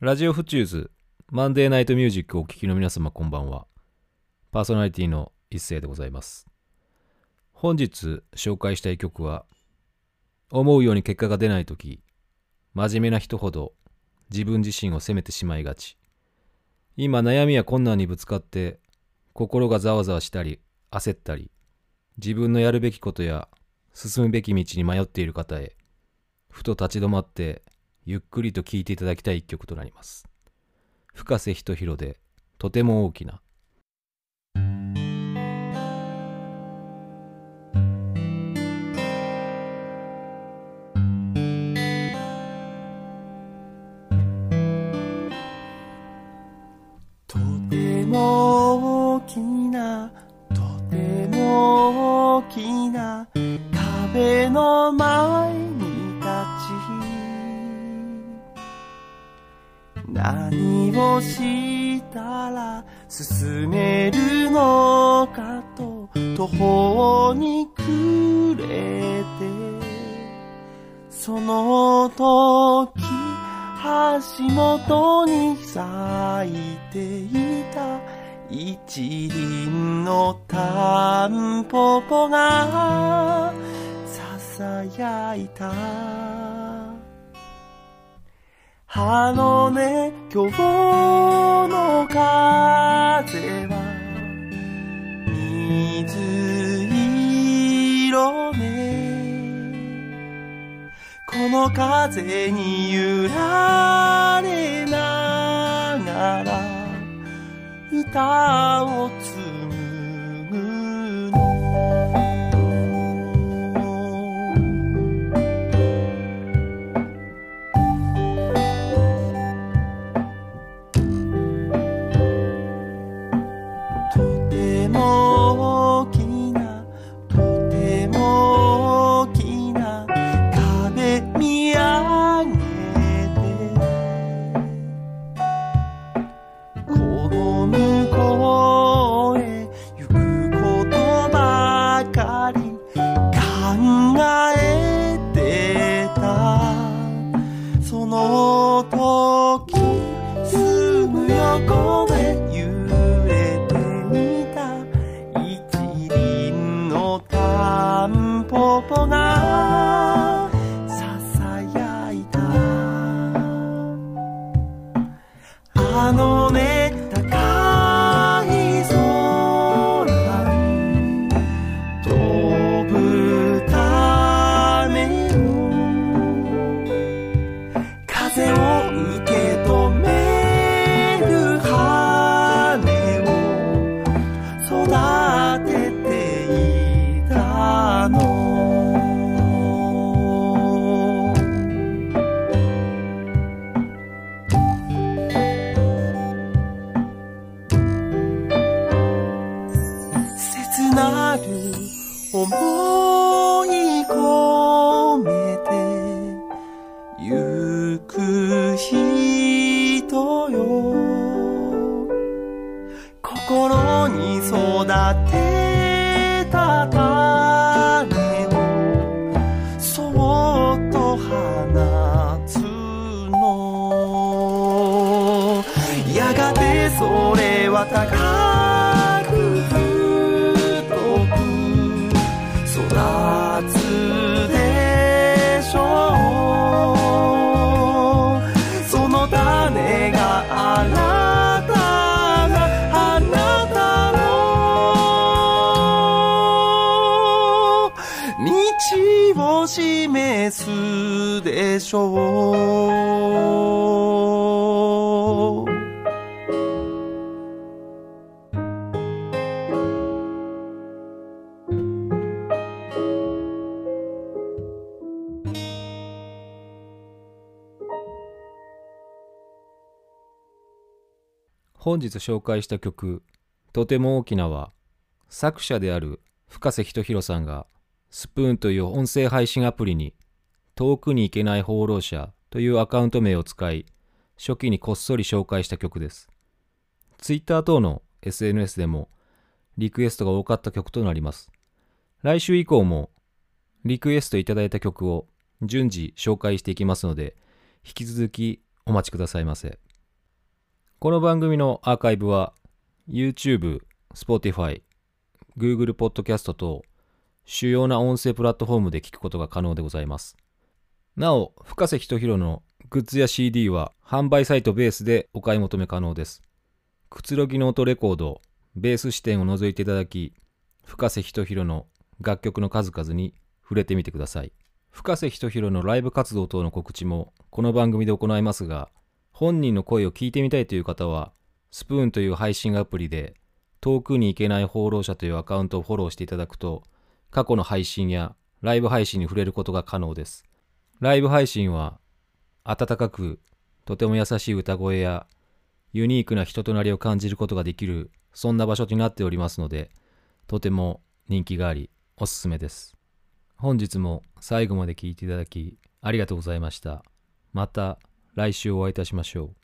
ラジオフチューズマンデーナイトミュージックをお聴きの皆様こんばんは。パーソナリティの一世でございます。本日紹介したい曲は、思うように結果が出ないとき、真面目な人ほど自分自身を責めてしまいがち。今悩みや困難にぶつかって心がざわざわしたり焦ったり、自分のやるべきことや進むべき道に迷っている方へ、ふと立ち止まってゆっくりと聴いていただきたい一曲となります。深瀬仁弘でとても大きな。 とても大きな、とても大きな壁の前に立ち、何をしたら進めるのかと途方に暮れて、その時足元に咲いていた一輪のタンポポがささやいた。あのね、今日の風は水色ね。この風に揺られながら歌を紡ぐの。とても大きな、とても大きな壁見上げて、この向こうへ行くことばかり考えてた。その時すぐ横で揺れていた一輪のタンポポがささやいた。あのね、高い空に飛ぶための風を受け止める羽を育てていたの。切なる思い込めてゆく人よ。心に育てた種をそっと放つの。やがてそれは高く太く育つでしょう。その種があなたがあなたの道を示すでしょう。 本日紹介した曲とても大きなは、作者である深瀬仁弘さんがスプーンという音声配信アプリに遠くに行けない放浪者というアカウント名を使い、初期にこっそり紹介した曲です。Twitter 等の SNS でもリクエストが多かった曲となります。来週以降もリクエストいただいた曲を順次紹介していきますので、引き続きお待ちくださいませ。 この番組のアーカイブは YouTube、Spotify、Google Podcast と主要な音声プラットフォームで聞くことが可能でございます。なお、深瀬仁弘のグッズや CD は販売サイトベースでお買い求め可能です。くつろぎの音レコード、ベース視点を覗いていただき、深瀬仁弘の楽曲の数々に触れてみてください。深瀬仁弘のライブ活動等の告知もこの番組で行いますが、本人の声を聞いてみたいという方は、スプーンという配信アプリで、遠くに行けない放浪者というアカウントをフォローしていただくと、過去の配信やライブ配信に触れることが可能です。ライブ配信は、温かく、とても優しい歌声や、ユニークな人となりを感じることができる、そんな場所になっておりますので、とても人気があり、おすすめです。本日も最後まで聞いていただき、ありがとうございました。また来週お会いいたしましょう。